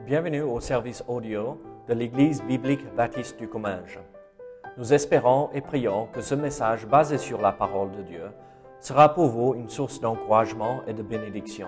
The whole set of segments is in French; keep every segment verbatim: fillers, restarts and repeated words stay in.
Bienvenue au service audio de l'Église biblique baptiste du Comminges. Nous espérons et prions que ce message basé sur la parole de Dieu sera pour vous une source d'encouragement et de bénédiction.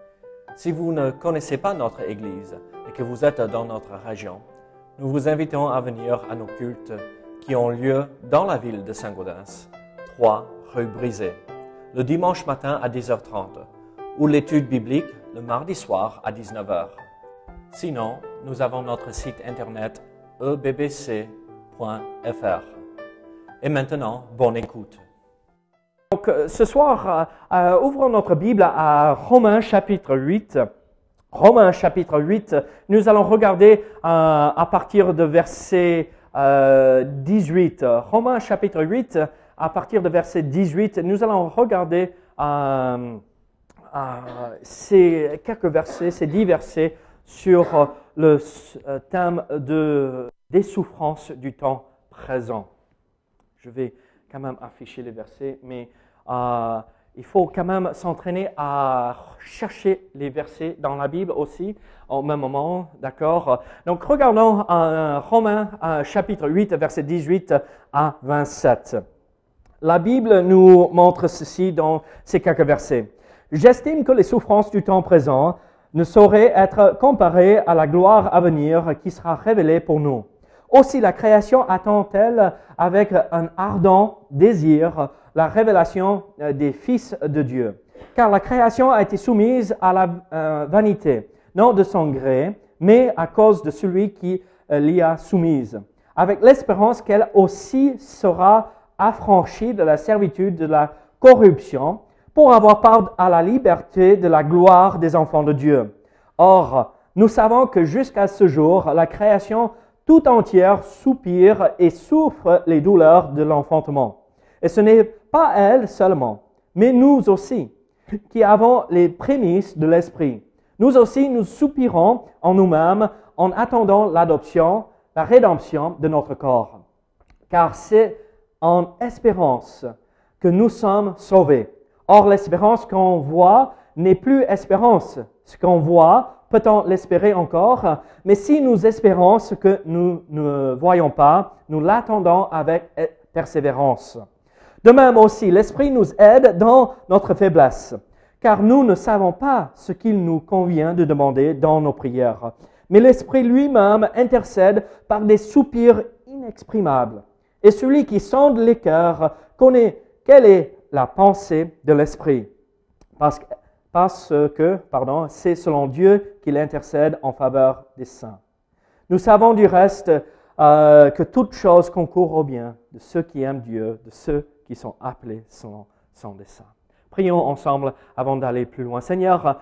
Si vous ne connaissez pas notre Église et que vous êtes dans notre région, nous vous invitons à venir à nos cultes qui ont lieu dans la ville de Saint-Gaudens, trois rue Brisée, le dimanche matin à dix heures trente, ou l'étude biblique le mardi soir à dix-neuf heures. Sinon, nous avons notre site internet e b b c point f r. Et maintenant, bonne écoute. Donc, ce soir, euh, ouvrons notre Bible à Romains chapitre huit. Romains chapitre huit, nous allons regarder euh, à partir de verset euh, dix-huit. Romains chapitre huit, à partir de verset dix-huit, nous allons regarder euh, euh, ces quelques versets, ces dix versets sur le thème de, des souffrances du temps présent. Je vais quand même afficher les versets, mais euh, il faut quand même s'entraîner à chercher les versets dans la Bible aussi, au même moment, d'accord? Donc, regardons euh, Romains euh, chapitre huit, verset dix-huit à vingt-sept. La Bible nous montre ceci dans ces quelques versets. « J'estime que les souffrances du temps présent ne saurait être comparé à la gloire à venir qui sera révélée pour nous. Aussi la création attend-elle avec un ardent désir la révélation des fils de Dieu. Car la création a été soumise à la euh, vanité, non de son gré, mais à cause de celui qui euh, l'y a soumise, avec l'espérance qu'elle aussi sera affranchie de la servitude de la corruption, pour avoir part à la liberté de la gloire des enfants de Dieu. Or, nous savons que jusqu'à ce jour, la création tout entière soupire et souffre les douleurs de l'enfantement. Et ce n'est pas elle seulement, mais nous aussi, qui avons les prémices de l'Esprit. Nous aussi, nous soupirons en nous-mêmes en attendant l'adoption, la rédemption de notre corps. Car c'est en espérance que nous sommes sauvés. Or, l'espérance qu'on voit n'est plus espérance. Ce qu'on voit, peut-on l'espérer encore? Mais si nous espérons ce que nous ne voyons pas, nous l'attendons avec persévérance. De même aussi, l'Esprit nous aide dans notre faiblesse, car nous ne savons pas ce qu'il nous convient de demander dans nos prières. Mais l'Esprit lui-même intercède par des soupirs inexprimables. Et celui qui sonde les cœurs connaît quelle est la pensée de l'Esprit, parce que, parce que pardon, c'est selon Dieu qu'il intercède en faveur des saints. Nous savons du reste euh, que toute chose concourt au bien de ceux qui aiment Dieu, de ceux qui sont appelés selon son dessein. Prions ensemble avant d'aller plus loin. Seigneur,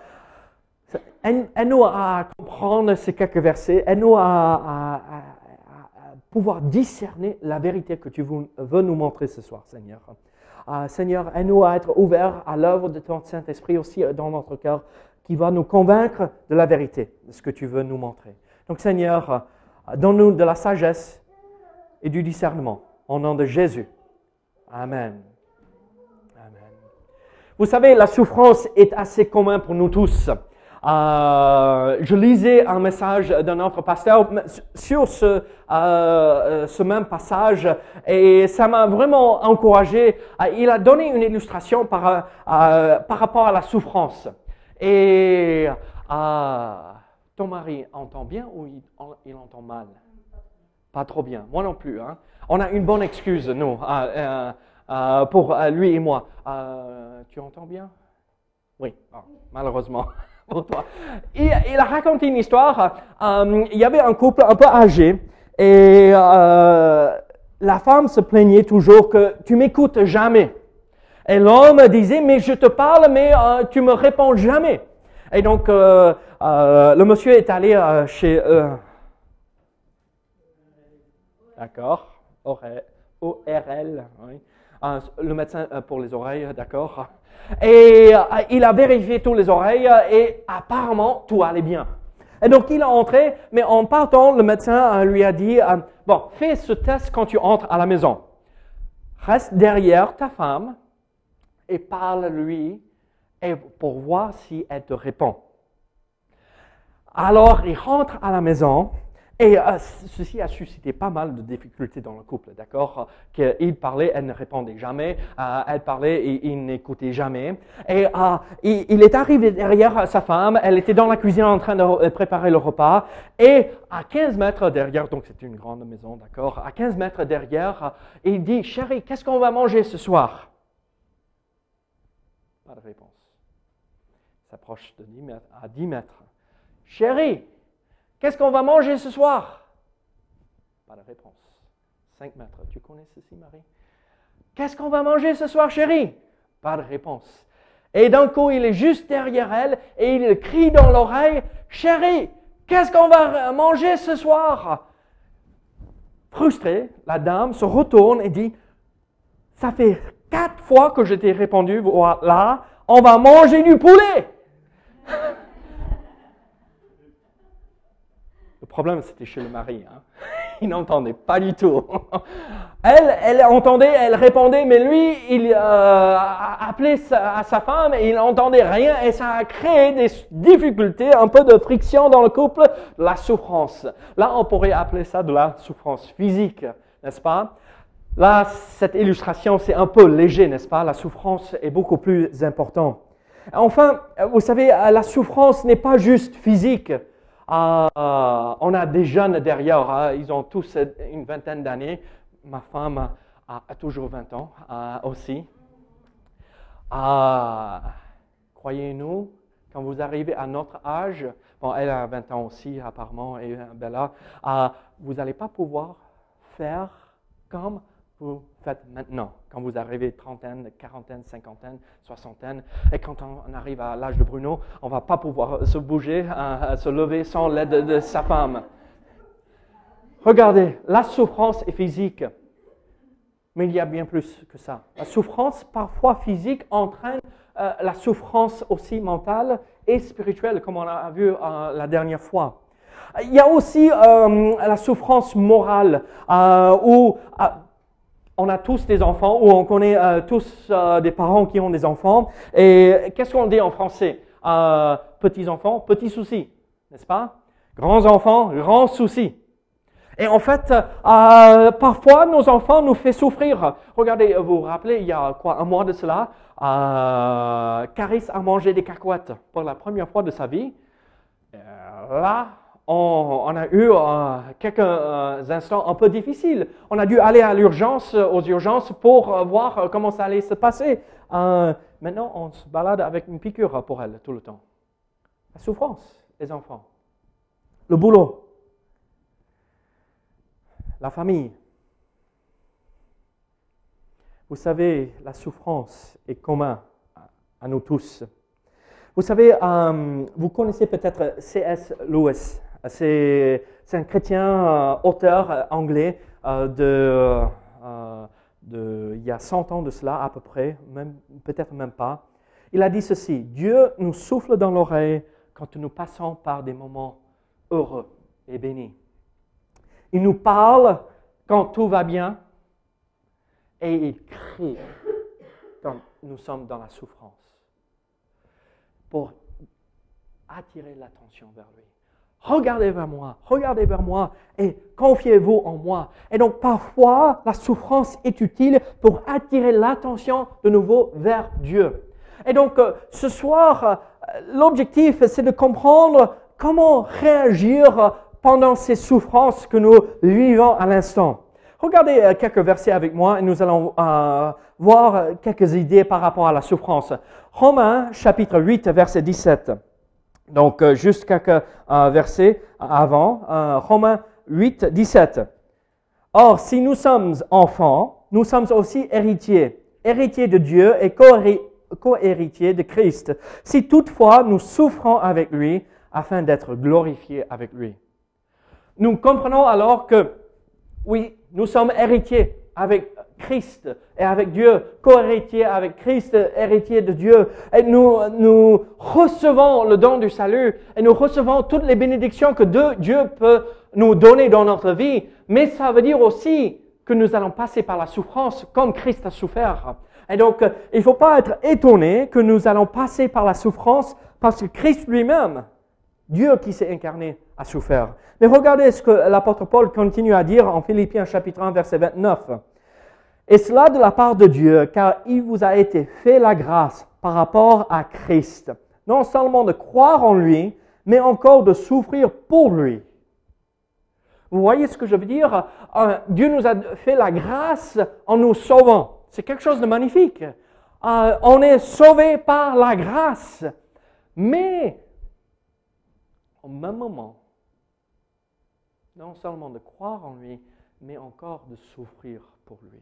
aide-nous à comprendre ces quelques versets, aide-nous à, à, à, à pouvoir discerner la vérité que tu veux nous montrer ce soir, Seigneur. Uh, Seigneur, aide-nous à être ouverts à l'œuvre de ton Saint-Esprit aussi dans notre cœur, qui va nous convaincre de la vérité, de ce que tu veux nous montrer. Donc, Seigneur, uh, donne-nous de la sagesse et du discernement, au nom de Jésus. Amen. Amen. Vous savez, la souffrance est assez commune pour nous tous. Euh, je lisais un message d'un autre pasteur sur ce, euh, ce même passage et ça m'a vraiment encouragé. Il a donné une illustration par, euh, par rapport à la souffrance. Et euh, ton mari entend bien ou il, il entend mal? Pas trop bien. Moi non plus. Hein? On a une bonne excuse, nous, euh, euh, pour euh, lui et moi. Euh, tu entends bien? Oui, oh, malheureusement. Pour toi. Il, il a raconté une histoire. Euh, il y avait un couple un peu âgé et euh, la femme se plaignait toujours que tu m'écoutes jamais. Et l'homme disait mais je te parle mais euh, tu me réponds jamais. Et donc euh, euh, le monsieur est allé euh, chez eux. D'accord. O R L. Oui. Euh, le médecin pour les oreilles, d'accord. Et euh, il a vérifié toutes les oreilles et apparemment tout allait bien. Et donc il est entré, mais en partant, le médecin lui a dit euh, « Bon, fais ce test quand tu entres à la maison. Reste derrière ta femme et parle-lui et pour voir si elle te répond. » Alors, il rentre à la maison et euh, ceci a suscité pas mal de difficultés dans le couple, d'accord? Qu'il parlait, elle ne répondait jamais, euh, elle parlait et il n'écoutait jamais. Et euh, il, il est arrivé derrière sa femme, elle était dans la cuisine en train de préparer le repas et à quinze mètres derrière, donc c'est une grande maison, d'accord? À quinze mètres derrière, il dit, chérie, qu'est-ce qu'on va manger ce soir? Pas de réponse. Il s'approche de dix mètres, à dix mètres. Chérie, qu'est-ce qu'on va manger ce soir? Pas de réponse. cinq mètres. Tu connais ceci, Marie? Qu'est-ce qu'on va manger ce soir, chérie? Pas de réponse. Et d'un coup, il est juste derrière elle et il crie dans l'oreille, chérie, qu'est-ce qu'on va manger ce soir? Frustrée, la dame se retourne et dit, ça fait quatre fois que je t'ai répondu, voilà, on va manger du poulet. Le problème, c'était chez le mari. Hein. Il n'entendait pas du tout. Elle, elle entendait, elle répondait, mais lui, il euh, appelait sa, à sa femme et il n'entendait rien et ça a créé des difficultés, un peu de friction dans le couple, de la souffrance. Là, on pourrait appeler ça de la souffrance physique, n'est-ce pas? Là, cette illustration, c'est un peu léger, n'est-ce pas? La souffrance est beaucoup plus importante. Enfin, vous savez, la souffrance n'est pas juste physique. Euh, on a des jeunes derrière, hein, ils ont tous une vingtaine d'années. Ma femme a, a toujours vingt ans euh, aussi. Euh, Croyez-nous, quand vous arrivez à notre âge, bon, elle a vingt ans aussi apparemment, et Bella, euh, vous n'allez pas pouvoir faire comme vous faites maintenant. Quand vous arrivez trentaine, quarantaine, cinquantaine, soixantaine, et quand on arrive à l'âge de Bruno, on ne va pas pouvoir se bouger, euh, se lever sans l'aide de, de sa femme. Regardez, la souffrance est physique, mais il y a bien plus que ça. La souffrance, parfois physique, entraîne euh, la souffrance aussi mentale et spirituelle, comme on a vu euh, la dernière fois. Il y a aussi euh, la souffrance morale, euh, où euh, on a tous des enfants, ou on connaît euh, tous euh, des parents qui ont des enfants. Et qu'est-ce qu'on dit en français? euh, Petits enfants, petits soucis, n'est-ce pas? Grands enfants, grands soucis. Et en fait, euh, parfois, nos enfants nous font souffrir. Regardez, vous vous rappelez, il y a quoi, un mois de cela, euh, Caris a mangé des cacahuètes pour la première fois de sa vie. Euh, là, on, on a eu euh, quelques euh, instants un peu difficiles. On a dû aller à l'urgence, aux urgences pour euh, voir euh, comment ça allait se passer. Euh, maintenant, on se balade avec une piqûre pour elle tout le temps. La souffrance, les enfants. Le boulot. La famille. Vous savez, la souffrance est commune à nous tous. Vous savez, euh, vous connaissez peut-être C S Lewis. C'est, c'est un chrétien, euh, auteur euh, anglais euh, de, euh, de, il y a cent ans de cela à peu près, même, peut-être même pas. Il a dit ceci, Dieu nous souffle dans l'oreille quand nous passons par des moments heureux et bénis. Il nous parle quand tout va bien et il crie quand nous sommes dans la souffrance pour attirer l'attention vers lui. Regardez vers moi, regardez vers moi et confiez-vous en moi. Et donc parfois, la souffrance est utile pour attirer l'attention de nouveau vers Dieu. Et donc ce soir, l'objectif c'est de comprendre comment réagir pendant ces souffrances que nous vivons à l'instant. Regardez quelques versets avec moi et nous allons euh, voir quelques idées par rapport à la souffrance. Romains chapitre huit, verset dix-sept. Donc, euh, juste quelques euh, versets avant. Euh, Romains huit, dix-sept. Or, si nous sommes enfants, nous sommes aussi héritiers, héritiers de Dieu et co-héritiers de Christ, si toutefois nous souffrons avec lui afin d'être glorifiés avec lui. Nous comprenons alors que, oui, nous sommes héritiers avec Christ et avec Dieu, co-héritiers avec Christ, héritiers de Dieu. Et nous, nous recevons le don du salut et nous recevons toutes les bénédictions que Dieu peut nous donner dans notre vie. Mais ça veut dire aussi que nous allons passer par la souffrance comme Christ a souffert. Et donc, il ne faut pas être étonné que nous allons passer par la souffrance parce que Christ lui-même Dieu qui s'est incarné a souffert. Mais regardez ce que l'apôtre Paul continue à dire en Philippiens chapitre un, verset vingt-neuf. Et cela de la part de Dieu, car il vous a été fait la grâce par rapport à Christ, non seulement de croire en lui, mais encore de souffrir pour lui. Vous voyez ce que je veux dire? Euh, Dieu nous a fait la grâce en nous sauvant. C'est quelque chose de magnifique. Euh, on est sauvé par la grâce. Mais, au même moment, non seulement de croire en lui, mais encore de souffrir pour lui.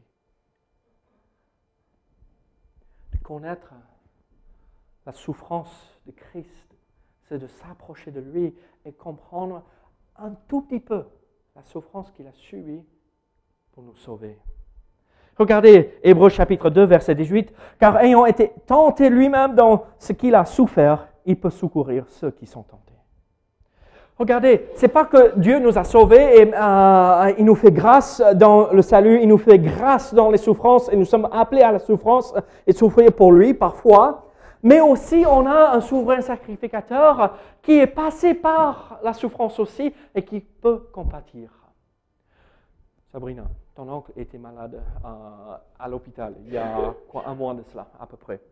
De connaître la souffrance de Christ, c'est de s'approcher de lui et comprendre un tout petit peu la souffrance qu'il a subie pour nous sauver. Regardez Hébreux chapitre deux, verset dix-huit. « Car ayant été tenté lui-même dans ce qu'il a souffert, il peut secourir ceux qui sont tentés. » Regardez, ce n'est pas que Dieu nous a sauvés et euh, il nous fait grâce dans le salut, il nous fait grâce dans les souffrances et nous sommes appelés à la souffrance et souffrir pour lui parfois. Mais aussi, on a un souverain sacrificateur qui est passé par la souffrance aussi et qui peut compatir. Sabrina, ton oncle était malade euh, à l'hôpital il y a quoi, un mois de cela, à peu près.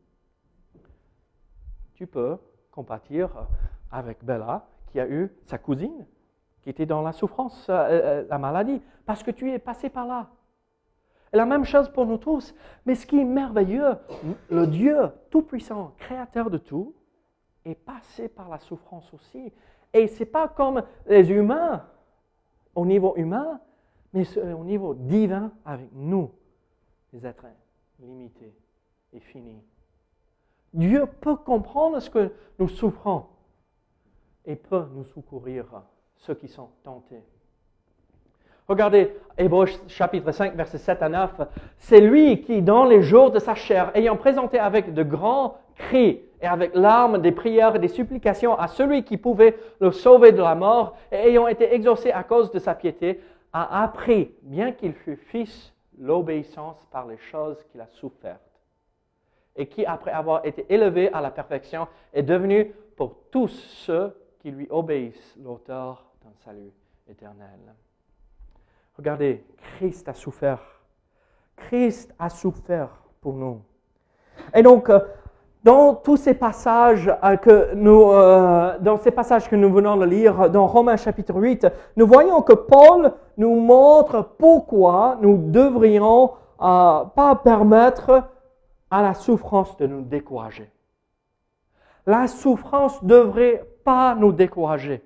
Tu peux compatir avec Bella, qui a eu sa cousine, qui était dans la souffrance, euh, la maladie, parce que tu es passé par là. Et la même chose pour nous tous. Mais ce qui est merveilleux, le Dieu Tout-Puissant, Créateur de tout, est passé par la souffrance aussi. Et ce n'est pas comme les humains, au niveau humain, mais au niveau divin avec nous, les êtres limités et finis. Dieu peut comprendre ce que nous souffrons et peut nous secourir, ceux qui sont tentés. Regardez, Hébreux chapitre cinq, versets sept à neuf. C'est lui qui, dans les jours de sa chair, ayant présenté avec de grands cris et avec larmes des prières et des supplications à celui qui pouvait le sauver de la mort, et ayant été exaucé à cause de sa piété, a appris, bien qu'il fût fils, l'obéissance par les choses qu'il a souffertes. Et qui, après avoir été élevé à la perfection, est devenu pour tous ceux qui lui obéissent l'auteur d'un salut éternel. Regardez, Christ a souffert. Christ a souffert pour nous. Et donc, dans tous ces passages que nous, euh, dans ces passages que nous venons de lire, dans Romains chapitre huit, nous voyons que Paul nous montre pourquoi nous devrions euh, pas permettre à la souffrance de nous décourager. La souffrance ne devrait pas nous décourager.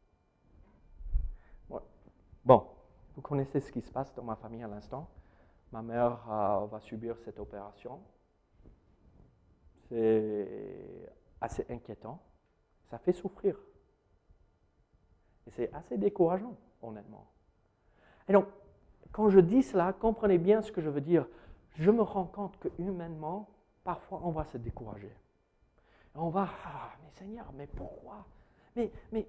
Bon. Vous connaissez ce qui se passe dans ma famille à l'instant. Ma mère euh, va subir cette opération. C'est assez inquiétant. Ça fait souffrir. Et c'est assez décourageant, honnêtement. Et donc, quand je dis cela, comprenez bien ce que je veux dire. Je me rends compte que humainement, parfois, on va se décourager. On va, ah, mais Seigneur, mais pourquoi? Mais, mais,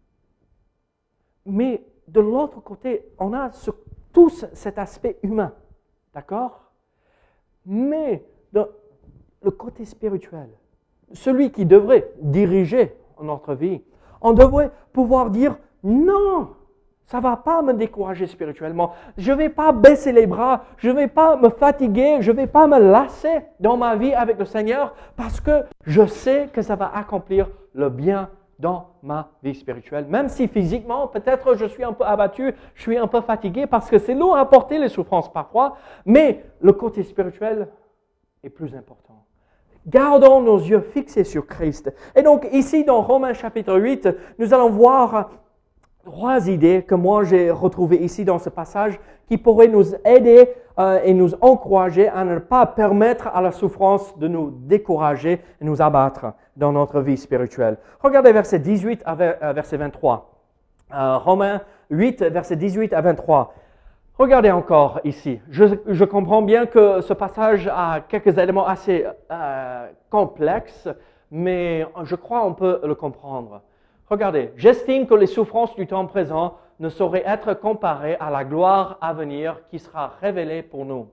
mais, de l'autre côté, on a ce, tout cet aspect humain, d'accord? Mais de, le côté spirituel, celui qui devrait diriger notre vie, on devrait pouvoir dire non, ça ne va pas me décourager spirituellement. Je ne vais pas baisser les bras, je ne vais pas me fatiguer, je ne vais pas me lasser dans ma vie avec le Seigneur parce que je sais que ça va accomplir le bien dans ma vie spirituelle. Même si physiquement, peut-être je suis un peu abattu, je suis un peu fatigué parce que c'est lourd à porter les souffrances parfois, mais le côté spirituel est plus important. Gardons nos yeux fixés sur Christ. Et donc ici dans Romains chapitre huit, nous allons voir trois idées que moi j'ai retrouvées ici dans ce passage qui pourraient nous aider euh, et nous encourager à ne pas permettre à la souffrance de nous décourager et nous abattre dans notre vie spirituelle. Regardez verset dix-huit à verset vingt-trois. Euh, Romains huit, verset dix-huit à vingt-trois. Regardez encore ici. Je, je comprends bien que ce passage a quelques éléments assez euh, complexes, mais je crois qu'on peut le comprendre. Regardez, j'estime que les souffrances du temps présent ne sauraient être comparées à la gloire à venir qui sera révélée pour nous.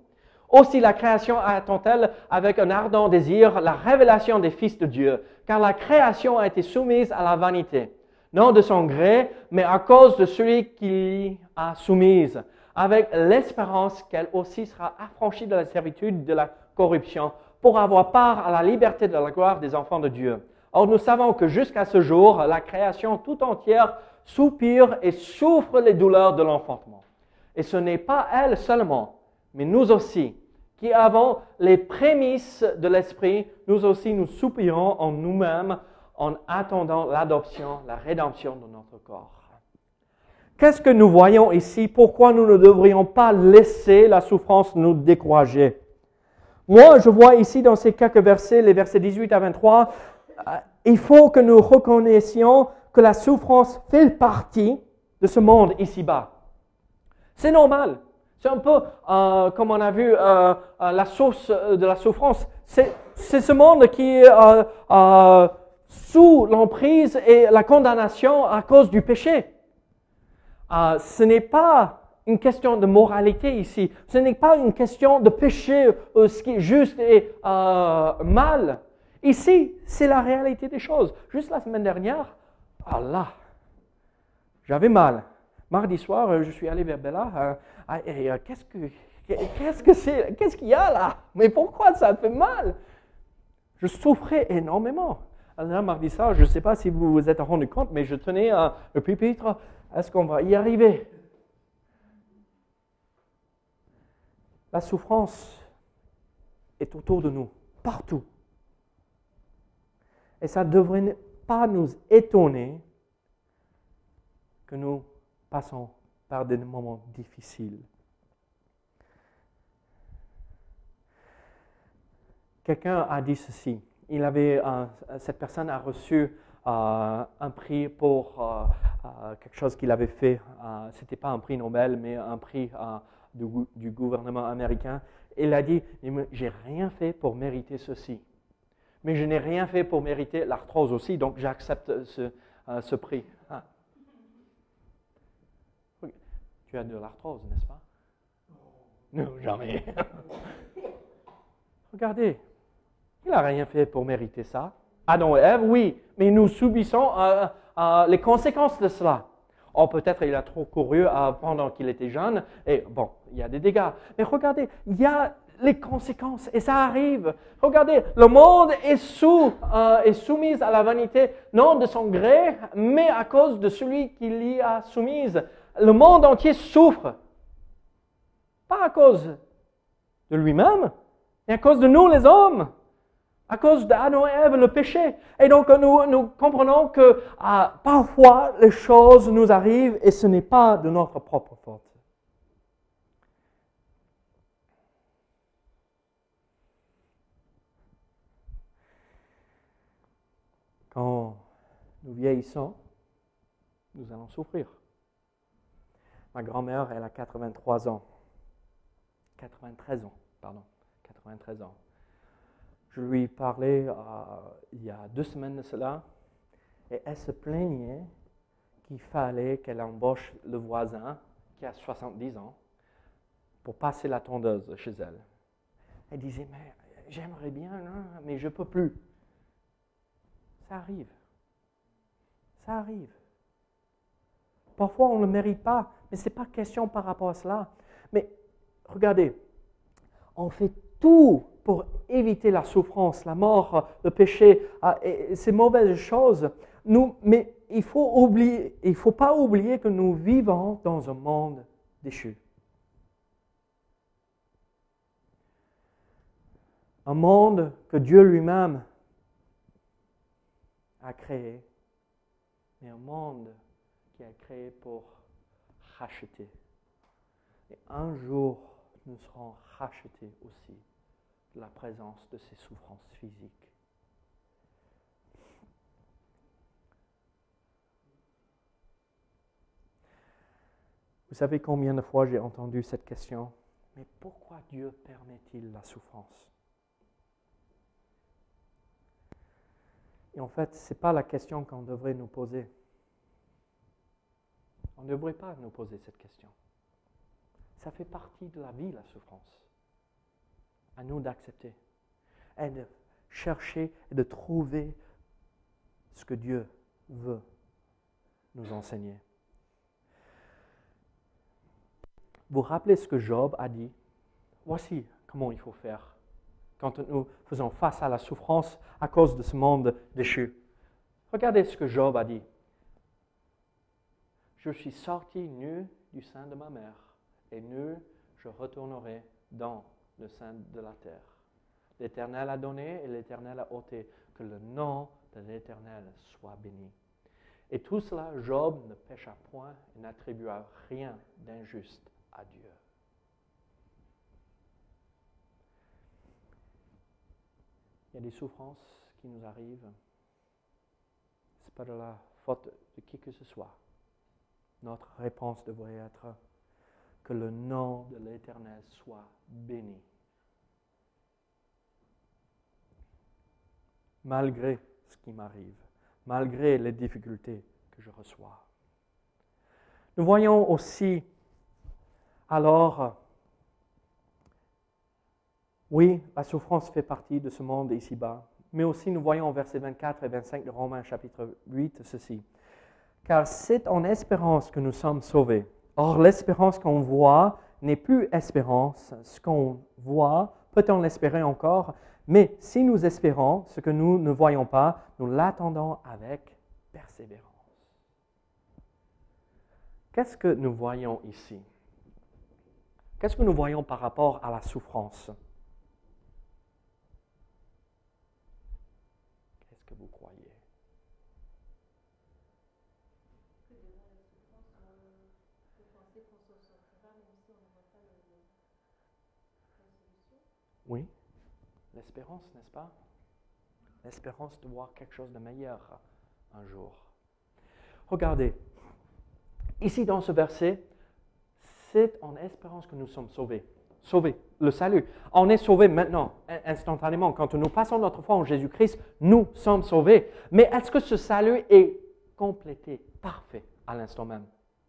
Aussi la création attend-elle avec un ardent désir la révélation des fils de Dieu, car la création a été soumise à la vanité, non de son gré, mais à cause de celui qui l'y a soumise, avec l'espérance qu'elle aussi sera affranchie de la servitude de la corruption, pour avoir part à la liberté de la gloire des enfants de Dieu. Or, nous savons que jusqu'à ce jour, la création tout entière soupire et souffre les douleurs de l'enfantement. Et ce n'est pas elle seulement, mais nous aussi, qui avons les prémices de l'Esprit, nous aussi nous soupirons en nous-mêmes en attendant l'adoption, la rédemption de notre corps. Qu'est-ce que nous voyons ici? Pourquoi nous ne devrions pas laisser la souffrance nous décourager? Moi, je vois ici dans ces quelques versets, les versets dix-huit à vingt-trois, euh, il faut que nous reconnaissions que la souffrance fait partie de ce monde ici-bas. C'est normal. C'est un peu, euh, comme on a vu, euh, euh, la source de la souffrance. C'est, c'est ce monde qui est euh, euh, sous l'emprise et la condamnation à cause du péché. Euh, ce n'est pas une question de moralité ici. Ce n'est pas une question de péché, euh, ce qui est juste et euh, mal. Ici, c'est la réalité des choses. Juste la semaine dernière, ah là, j'avais mal. Mardi soir, je suis allé vers Bella. Euh, et, euh, qu'est-ce que, qu'est-ce que c'est, qu'est-ce qu'il y a là? Mais pourquoi ça fait mal? Je souffrais énormément. Alors, mardi soir, je ne sais pas si vous vous êtes rendu compte, mais je tenais euh, le pupitre. Est-ce qu'on va y arriver? La souffrance est autour de nous, partout. Et ça ne devrait pas nous étonner que nous passons par des moments difficiles. Quelqu'un a dit ceci. Il avait, euh, cette personne a reçu euh, un prix pour euh, euh, quelque chose qu'il avait fait. Euh, Ce n'était pas un prix Nobel, mais un prix euh, du, du gouvernement américain. Il a dit, j'ai rien fait pour mériter ceci. Mais je n'ai rien fait pour mériter l'arthrose aussi, donc j'accepte ce, euh, ce prix. Ah. Tu as de l'arthrose, n'est-ce pas? Non, jamais. Regardez, il n'a rien fait pour mériter ça. Adam et Ève, oui, mais nous subissons euh, euh, les conséquences de cela. Oh, peut-être il a trop couru euh, pendant qu'il était jeune, et bon, il y a des dégâts. Mais regardez, il y a les conséquences, et ça arrive. Regardez, le monde est, sous, euh, est soumis à la vanité, non de son gré, mais à cause de celui qui l'y a soumise. Le monde entier souffre. Pas à cause de lui-même, mais à cause de nous les hommes. À cause d'Adam et Ève, le péché. Et donc nous, nous comprenons que ah, parfois les choses nous arrivent et ce n'est pas de notre propre faute. Quand nous vieillissons, nous allons souffrir. Ma grand-mère, elle a quatre-vingt-trois ans. quatre-vingt-treize ans, pardon. quatre-vingt-treize ans. Je lui parlais euh, il y a deux semaines de cela, et elle se plaignait qu'il fallait qu'elle embauche le voisin, qui a soixante-dix ans, pour passer la tondeuse chez elle. Elle disait, mais j'aimerais bien, hein, mais je ne peux plus. Ça arrive. Ça arrive. Parfois, on ne le mérite pas, mais ce n'est pas question par rapport à cela. Mais regardez, on fait tout pour éviter la souffrance, la mort, le péché, et ces mauvaises choses. Nous, mais il faut oublier, il faut pas oublier que nous vivons dans un monde déchu. Un monde que Dieu lui-même a créé, mais un monde qui a créé pour racheter. Et un jour, nous serons rachetés aussi de la présence de ces souffrances physiques. Vous savez combien de fois j'ai entendu cette question? Mais pourquoi Dieu permet-il la souffrance? Et en fait, ce n'est pas la question qu'on devrait nous poser. On ne devrait pas nous poser cette question. Ça fait partie de la vie, la souffrance. À nous d'accepter et de chercher et de trouver ce que Dieu veut nous enseigner. Vous vous rappelez ce que Job a dit? Voici comment il faut faire quand nous faisons face à la souffrance à cause de ce monde déchu. Regardez ce que Job a dit. Je suis sorti nu du sein de ma mère, et nu je retournerai dans le sein de la terre. L'Éternel a donné et l'Éternel a ôté. Que le nom de l'Éternel soit béni. Et tout cela, Job ne pécha point et n'attribua rien d'injuste à Dieu. Il y a des souffrances qui nous arrivent. Ce n'est pas de la faute de qui que ce soit. Notre réponse devrait être que le nom de l'Éternel soit béni. Malgré ce qui m'arrive, malgré les difficultés que je reçois. Nous voyons aussi, alors, oui, la souffrance fait partie de ce monde ici-bas, mais aussi nous voyons au versets vingt-quatre et vingt-cinq de Romains chapitre huit ceci. Car c'est en espérance que nous sommes sauvés. Or, l'espérance qu'on voit n'est plus espérance. Ce qu'on voit, peut-on l'espérer encore? Mais si nous espérons ce que nous ne voyons pas, nous l'attendons avec persévérance. Qu'est-ce que nous voyons ici? Qu'est-ce que nous voyons par rapport à la souffrance? Qu'est-ce que vous croyez? Oui, l'espérance, n'est-ce pas? L'espérance de voir quelque chose de meilleur un jour. Regardez, ici dans ce verset, c'est en espérance que nous sommes sauvés. Sauvés, le salut. On est sauvés maintenant, instantanément. Quand nous passons notre foi en Jésus-Christ, nous sommes sauvés. Mais est-ce que ce salut est complété, parfait, à l'instant même?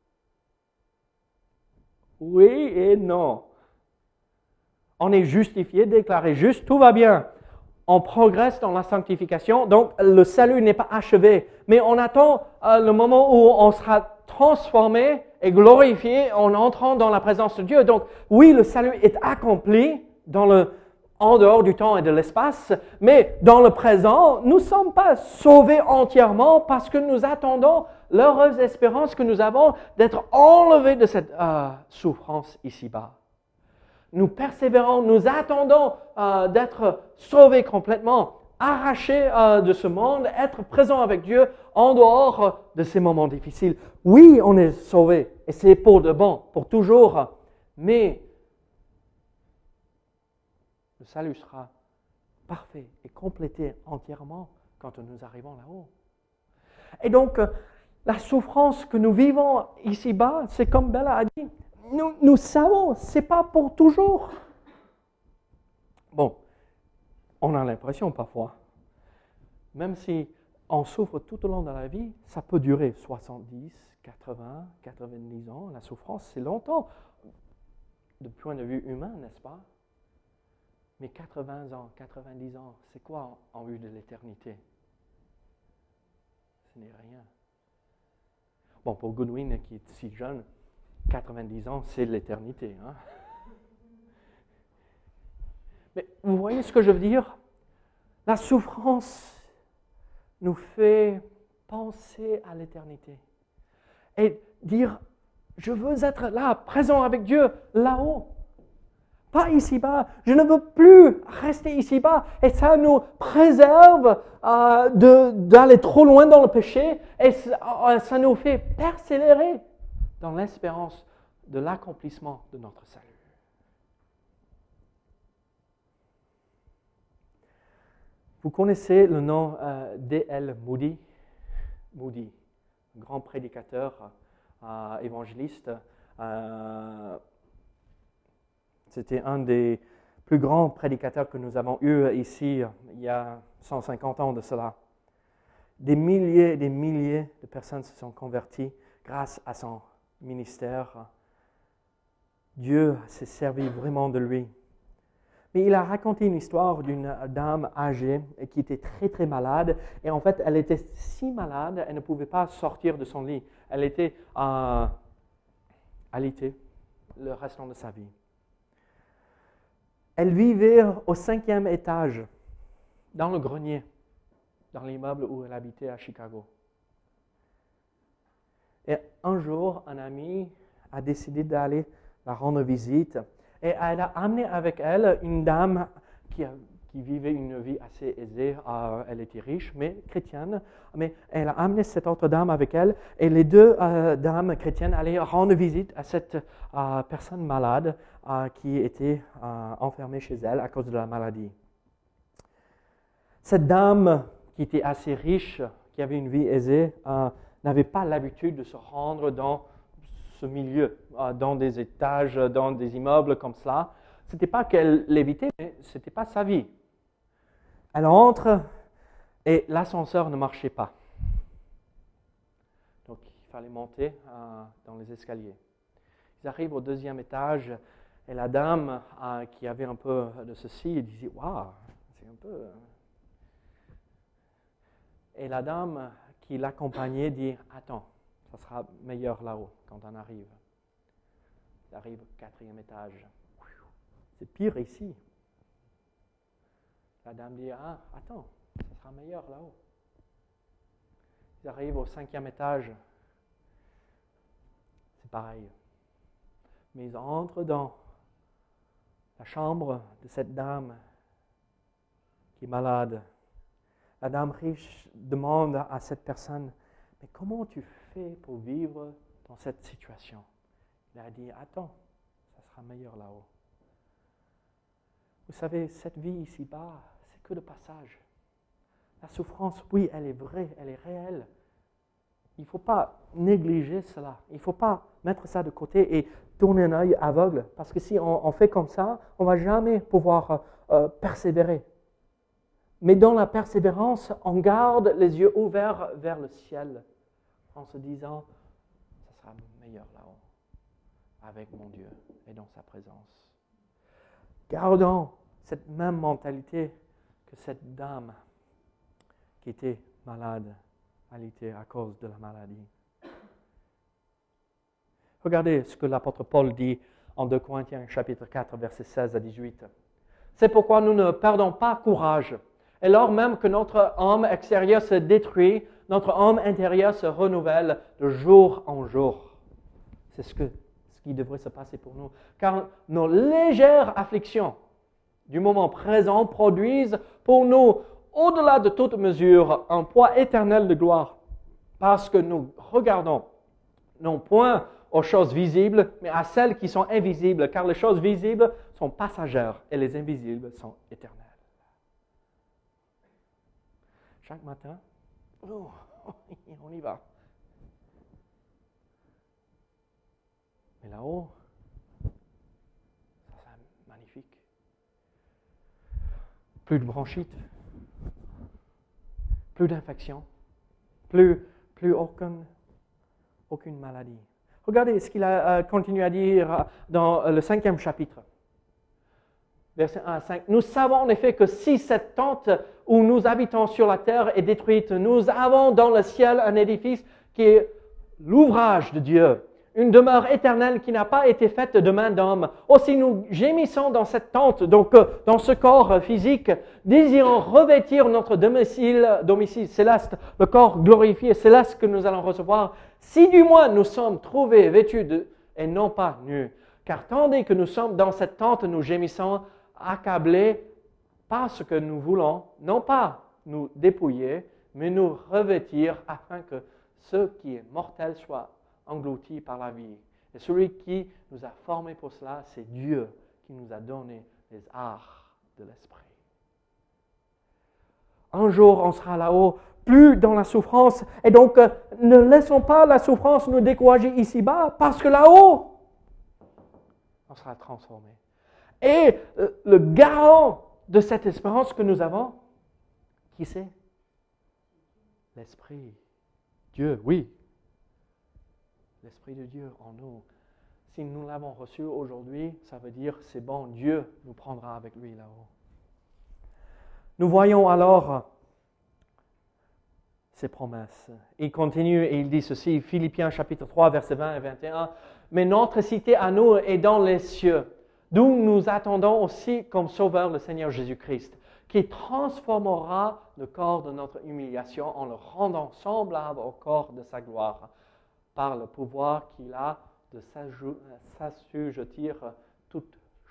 Oui et non. On est justifié, déclaré juste, tout va bien. On progresse dans la sanctification, donc le salut n'est pas achevé. Mais on attend euh, le moment où on sera transformé et glorifié en entrant dans la présence de Dieu. Donc oui, le salut est accompli dans le, en dehors du temps et de l'espace, mais dans le présent, nous ne sommes pas sauvés entièrement parce que nous attendons l'heureuse espérance que nous avons d'être enlevés de cette euh, souffrance ici-bas. Nous persévérons, nous attendons euh, d'être sauvés complètement, arrachés euh, de ce monde, être présents avec Dieu en dehors euh, de ces moments difficiles. Oui, on est sauvés et c'est pour de bon, pour toujours, mais le salut sera parfait et complété entièrement quand nous arrivons là-haut. Et donc, euh, la souffrance que nous vivons ici-bas, c'est comme Bella a dit, Nous, nous savons, ce n'est pas pour toujours. Bon, on a l'impression parfois, même si on souffre tout au long de la vie, ça peut durer soixante-dix, quatre-vingts, quatre-vingt-dix ans. La souffrance, c'est longtemps, du point de vue humain, n'est-ce pas? Mais quatre-vingts ans, quatre-vingt-dix ans, c'est quoi en vue de l'éternité? Ce n'est rien. Bon, pour Goodwin, qui est si jeune, quatre-vingt-dix ans, c'est l'éternité. Hein? Mais vous voyez ce que je veux dire? La souffrance nous fait penser à l'éternité. Et dire, je veux être là, présent avec Dieu, là-haut. Pas ici-bas. Je ne veux plus rester ici-bas. Et ça nous préserve euh, de, d'aller trop loin dans le péché. Et ça, ça nous fait persévérer dans l'espérance de l'accomplissement de notre salut. Vous connaissez le nom euh, D L Moody? Moody, grand prédicateur, euh, évangéliste. Euh, c'était un des plus grands prédicateurs que nous avons eu ici il y a cent cinquante ans de cela. Des milliers et des milliers de personnes se sont converties grâce à son ministère. Dieu s'est servi vraiment de lui. Mais il a raconté une histoire d'une dame âgée qui était très très malade. Et en fait, elle était si malade, elle ne pouvait pas sortir de son lit. Elle était euh, alitée le restant de sa vie. Elle vivait au cinquième étage, dans le grenier, dans l'immeuble où elle habitait à Chicago. Et un jour, un ami a décidé d'aller la rendre visite. Et elle a amené avec elle une dame qui, a, qui vivait une vie assez aisée. Euh, elle était riche, mais chrétienne. Mais elle a amené cette autre dame avec elle. Et les deux euh, dames chrétiennes allaient rendre visite à cette euh, personne malade euh, qui était euh, enfermée chez elle à cause de la maladie. Cette dame qui était assez riche, qui avait une vie aisée, euh, n'avait pas l'habitude de se rendre dans ce milieu, euh, dans des étages, dans des immeubles comme cela. Ce n'était pas qu'elle l'évitait, mais ce n'était pas sa vie. Elle entre et l'ascenseur ne marchait pas. Donc il fallait monter euh, dans les escaliers. Ils arrivent au deuxième étage et la dame euh, qui avait un peu de ceci disait « Waouh, c'est un peu… » Et la dame qui l'accompagnait dit « Attends, ça sera meilleur là-haut quand on arrive. » Il arrive au quatrième étage. C'est pire ici. La dame dit « Ah, attends, ça sera meilleur là-haut. » Ils arrivent au cinquième étage. C'est pareil. Mais ils entrent dans la chambre de cette dame qui est malade. La dame riche demande à cette personne, « Mais comment tu fais pour vivre dans cette situation ?» Il a dit, « Attends, ça sera meilleur là-haut. » Vous savez, cette vie ici-bas, c'est que de passage. La souffrance, oui, elle est vraie, elle est réelle. Il ne faut pas négliger cela. Il ne faut pas mettre ça de côté et tourner un œil aveugle, parce que si on, on fait comme ça, on ne va jamais pouvoir euh, persévérer. Mais dans la persévérance, on garde les yeux ouverts vers le ciel, en se disant, ça sera meilleur là-haut, avec mon Dieu et dans sa présence. Gardons cette même mentalité que cette dame qui était malade, alitée à cause de la maladie. Regardez ce que l'apôtre Paul dit en deux Corinthiens chapitre quatre, versets seize à dix-huit. C'est pourquoi nous ne perdons pas courage. Et lors même que notre homme extérieur se détruit, notre homme intérieur se renouvelle de jour en jour. C'est ce, que, ce qui devrait se passer pour nous. Car nos légères afflictions du moment présent produisent pour nous, au-delà de toute mesure, un poids éternel de gloire. Parce que nous regardons non point aux choses visibles, mais à celles qui sont invisibles. Car les choses visibles sont passagères et les invisibles sont éternelles. Chaque matin, oh, on y va. Mais là-haut, ça c'est magnifique. Plus de bronchite, plus d'infection, plus, plus aucune, aucune maladie. Regardez ce qu'il a euh, continué à dire dans le cinquième chapitre. Verset un à cinq. Nous savons en effet que si cette tente où nous habitons sur la terre est détruite, nous avons dans le ciel un édifice qui est l'ouvrage de Dieu, une demeure éternelle qui n'a pas été faite de main d'homme. Aussi nous gémissons dans cette tente, donc dans ce corps physique, désirant revêtir notre domicile, domicile céleste, le corps glorifié céleste que nous allons recevoir, si du moins nous sommes trouvés vêtus de, et non pas nus. Car tandis que nous sommes dans cette tente, nous gémissons, accablés par ce que nous voulons, non pas nous dépouiller, mais nous revêtir afin que ce qui est mortel soit englouti par la vie. Et celui qui nous a formés pour cela, c'est Dieu qui nous a donné les arts de l'esprit. Un jour, on sera là-haut, plus dans la souffrance, et donc euh, ne laissons pas la souffrance nous décourager ici-bas, parce que là-haut, on sera transformé. Et euh, le garant de cette espérance que nous avons, qui c'est? L'Esprit. Dieu, oui. L'Esprit de Dieu en nous. si nous l'avons reçu aujourd'hui, ça veut dire c'est bon, Dieu nous prendra avec lui là-haut. Nous voyons alors ces promesses. Il continue et il dit ceci, Philippiens chapitre trois, versets vingt et vingt et un. « Mais notre cité à nous est dans les cieux, d'où nous attendons aussi comme sauveur le Seigneur Jésus-Christ, qui transformera le corps de notre humiliation en le rendant semblable au corps de sa gloire, par le pouvoir qu'il a de s'assujettir toutes choses. »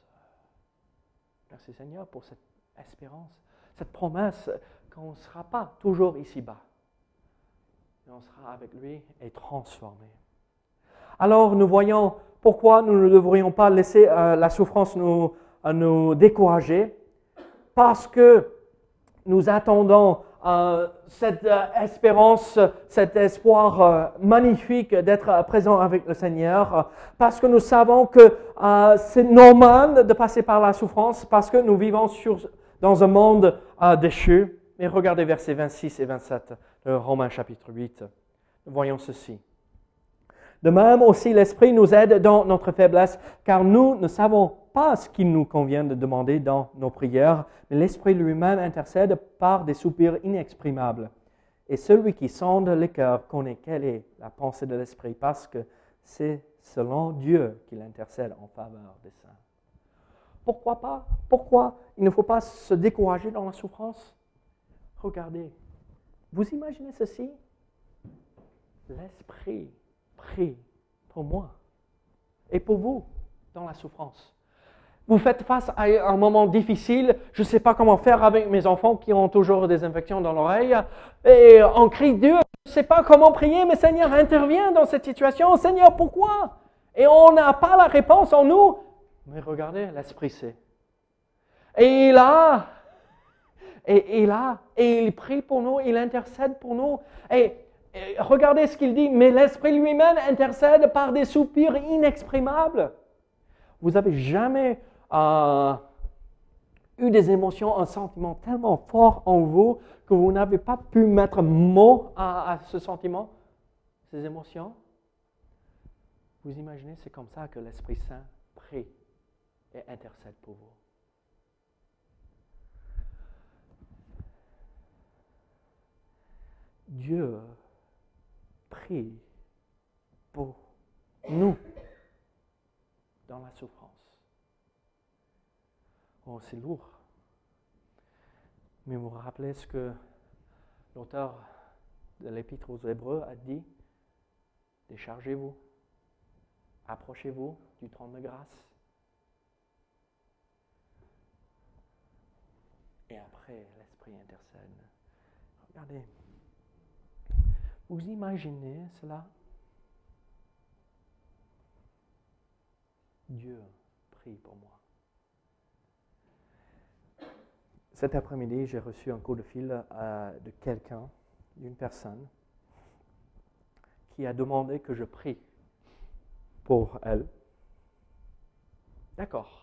Merci Seigneur pour cette espérance, cette promesse qu'on ne sera pas toujours ici-bas, mais on sera avec lui et transformé. Alors nous voyons pourquoi nous ne devrions pas laisser euh, la souffrance nous, euh, nous décourager, parce que nous attendons euh, cette euh, espérance, cet espoir euh, magnifique d'être présent avec le Seigneur, euh, parce que nous savons que euh, c'est normal de passer par la souffrance, parce que nous vivons sur, dans un monde euh, déchu. Mais regardez versets vingt-six et vingt-sept de Romains chapitre huit. Nous voyons ceci. De même aussi, l'Esprit nous aide dans notre faiblesse, car nous ne savons pas ce qu'il nous convient de demander dans nos prières, mais l'Esprit lui-même intercède par des soupirs inexprimables. Et celui qui sonde les cœurs connaît quelle est la pensée de l'Esprit, parce que c'est selon Dieu qu'il intercède en faveur des saints. Pourquoi pas? Pourquoi il ne faut pas se décourager dans la souffrance? Regardez, vous imaginez ceci? L'Esprit prie pour moi et pour vous dans la souffrance. Vous faites face à un moment difficile, je ne sais pas comment faire avec mes enfants qui ont toujours des infections dans l'oreille, et on crie Dieu, je ne sais pas comment prier, mais Seigneur, intervient dans cette situation. Seigneur, pourquoi? Et on n'a pas la réponse en nous. Mais regardez, l'Esprit sait. Et il a... Et il a, et il prie pour nous, il intercède pour nous. Et, et regardez ce qu'il dit, mais l'Esprit lui-même intercède par des soupirs inexprimables. Vous n'avez jamais euh, eu des émotions, un sentiment tellement fort en vous que vous n'avez pas pu mettre mot à, à ce sentiment, ces émotions? Vous imaginez, c'est comme ça que l'Esprit Saint prie et intercède pour vous. Dieu prie pour nous dans la souffrance. Oh, c'est lourd. Mais vous vous rappelez ce que l'auteur de l'Épître aux Hébreux a dit? Déchargez-vous, approchez-vous du trône de grâce. Et après, l'Esprit intercède. Regardez. Vous imaginez cela? Dieu prie pour moi. Cet après-midi, j'ai reçu un coup de fil euh, de quelqu'un, d'une personne, qui a demandé que je prie pour elle. D'accord.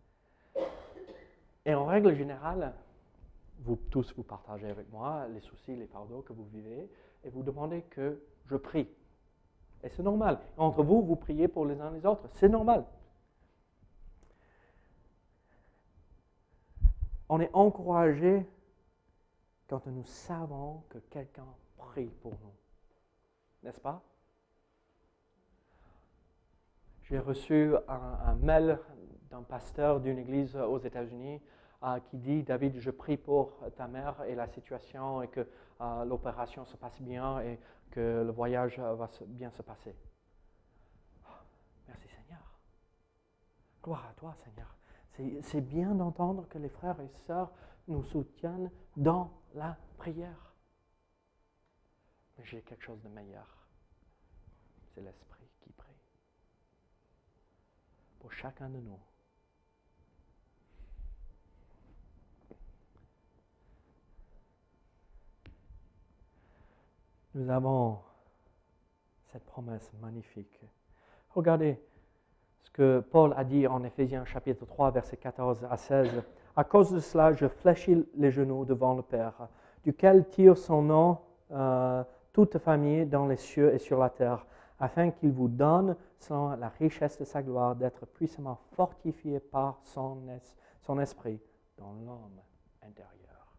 Et en règle générale, vous tous vous partagez avec moi les soucis, les fardeaux que vous vivez, et vous demandez que je prie. Et c'est normal. Entre vous, vous priez pour les uns les autres. C'est normal. On est encouragé quand nous savons que quelqu'un prie pour nous. N'est-ce pas? J'ai reçu un, un mail d'un pasteur d'une église aux États-Unis euh, qui dit « David, je prie pour ta mère et la situation et que euh, l'opération se passe bien et que le voyage va se, bien se passer. » Merci Seigneur. Gloire à toi Seigneur. C'est, c'est bien d'entendre que les frères et sœurs nous soutiennent dans la prière. Mais j'ai quelque chose de meilleur. C'est l'Esprit qui prie. Pour chacun de nous. Nous avons cette promesse magnifique. Regardez ce que Paul a dit en Éphésiens chapitre trois, versets quatorze à seize. « À cause de cela, je fléchis les genoux devant le Père, duquel tire son nom euh, toute famille dans les cieux et sur la terre, afin qu'il vous donne, selon la richesse de sa gloire, d'être puissamment fortifié par son, es- son esprit dans l'homme intérieur.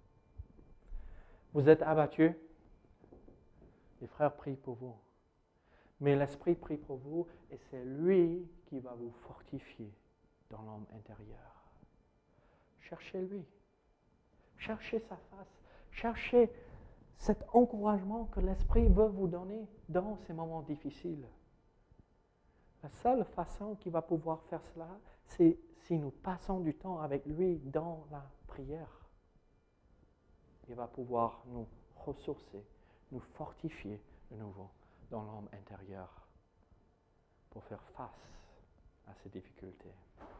Vous êtes abattus? Les frères prient pour vous. Mais l'Esprit prie pour vous et c'est lui qui va vous fortifier dans l'homme intérieur. Cherchez-lui. Cherchez sa face. Cherchez cet encouragement que l'Esprit veut vous donner dans ces moments difficiles. La seule façon qu'il va pouvoir faire cela, c'est si nous passons du temps avec lui dans la prière. Il va pouvoir nous ressourcer, nous fortifier de nouveau dans l'homme intérieur pour faire face à ces difficultés.